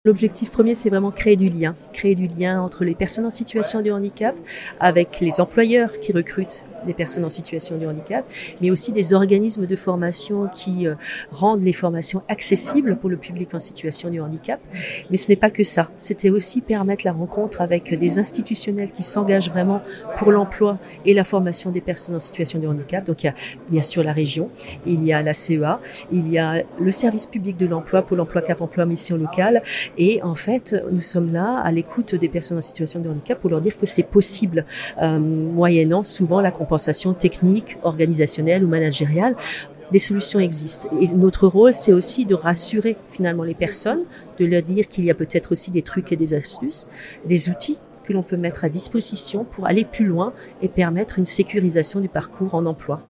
L'objectif premier, c'est vraiment créer du lien entre les personnes en situation de handicap, avec les employeurs qui recrutent des personnes en situation de handicap, mais aussi des organismes de formation qui rendent les formations accessibles pour le public en situation de handicap. Mais ce n'est pas que ça. C'était aussi permettre la rencontre avec des institutionnels qui s'engagent vraiment pour l'emploi et la formation des personnes en situation de handicap. Donc il y a bien sûr la région, il y a la CEA, il y a le service public de l'emploi, Pôle emploi, Cap emploi, mission locale. Et en fait, nous sommes là à l'écoute des personnes en situation de handicap pour leur dire que c'est possible, moyennant souvent la compensation technique, organisationnelle ou managériale. Des solutions existent. Et notre rôle, c'est aussi de rassurer finalement les personnes, de leur dire qu'il y a peut-être aussi des trucs et des astuces, des outils que l'on peut mettre à disposition pour aller plus loin et permettre une sécurisation du parcours en emploi.